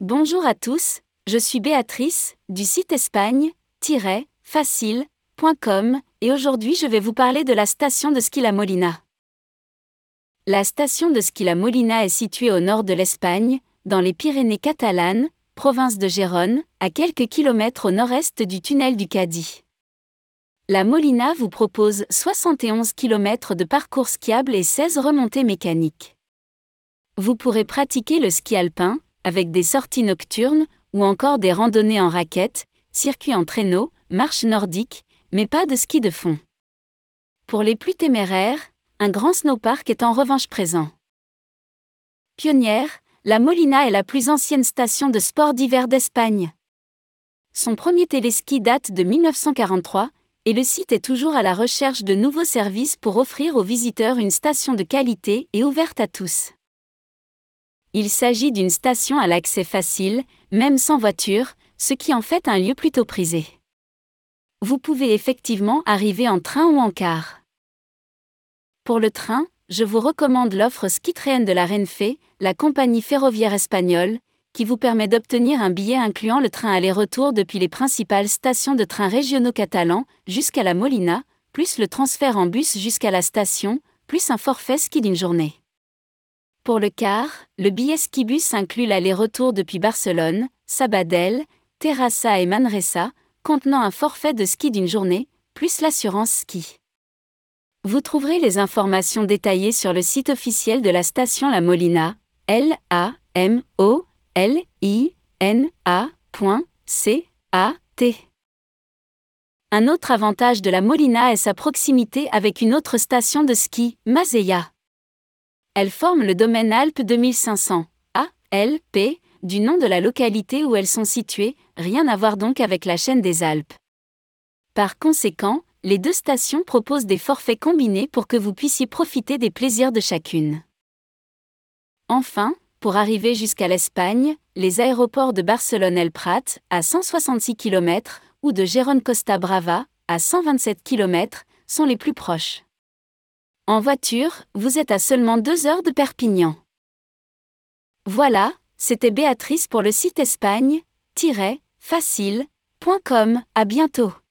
Bonjour à tous, je suis Béatrice, du site espagne-facile.com, et aujourd'hui je vais vous parler de la station de ski La Molina. La station de ski La Molina est située au nord de l'Espagne, dans les Pyrénées catalanes, province de Gérone, à quelques kilomètres au nord-est du tunnel du Cadí. La Molina vous propose 71 km de parcours skiable et 16 remontées mécaniques. Vous pourrez pratiquer le ski alpin, avec des sorties nocturnes, ou encore des randonnées en raquettes, circuits en traîneau, marche nordique, mais pas de ski de fond. Pour les plus téméraires, un grand snowpark est en revanche présent. Pionnière, la Molina est la plus ancienne station de sport d'hiver d'Espagne. Son premier téléski date de 1943, et le site est toujours à la recherche de nouveaux services pour offrir aux visiteurs une station de qualité et ouverte à tous. Il s'agit d'une station à l'accès facile, même sans voiture, ce qui en fait un lieu plutôt prisé. Vous pouvez effectivement arriver en train ou en car. Pour le train, je vous recommande l'offre SkyTrain de la Renfe, la compagnie ferroviaire espagnole, qui vous permet d'obtenir un billet incluant le train aller-retour depuis les principales stations de train régionaux catalans jusqu'à la Molina, plus le transfert en bus jusqu'à la station, plus un forfait ski d'une journée. Pour le car, le billet Skibus inclut l'aller-retour depuis Barcelone, Sabadell, Terrassa et Manresa, contenant un forfait de ski d'une journée, plus l'assurance ski. Vous trouverez les informations détaillées sur le site officiel de la station La Molina, lamolina.cat. Un autre avantage de la Molina est sa proximité avec une autre station de ski, Masella. Elle forme le domaine Alpes 2500, ALP, du nom de la localité où elles sont situées, rien à voir donc avec la chaîne des Alpes. Par conséquent, les deux stations proposent des forfaits combinés pour que vous puissiez profiter des plaisirs de chacune. Enfin, pour arriver jusqu'à l'Espagne, les aéroports de Barcelone El Prat, à 166 km, ou de Gérone Costa Brava, à 127 km, sont les plus proches. En voiture, vous êtes à seulement 2 heures de Perpignan. Voilà, c'était Béatrice pour le site espagne-facile.com. À bientôt.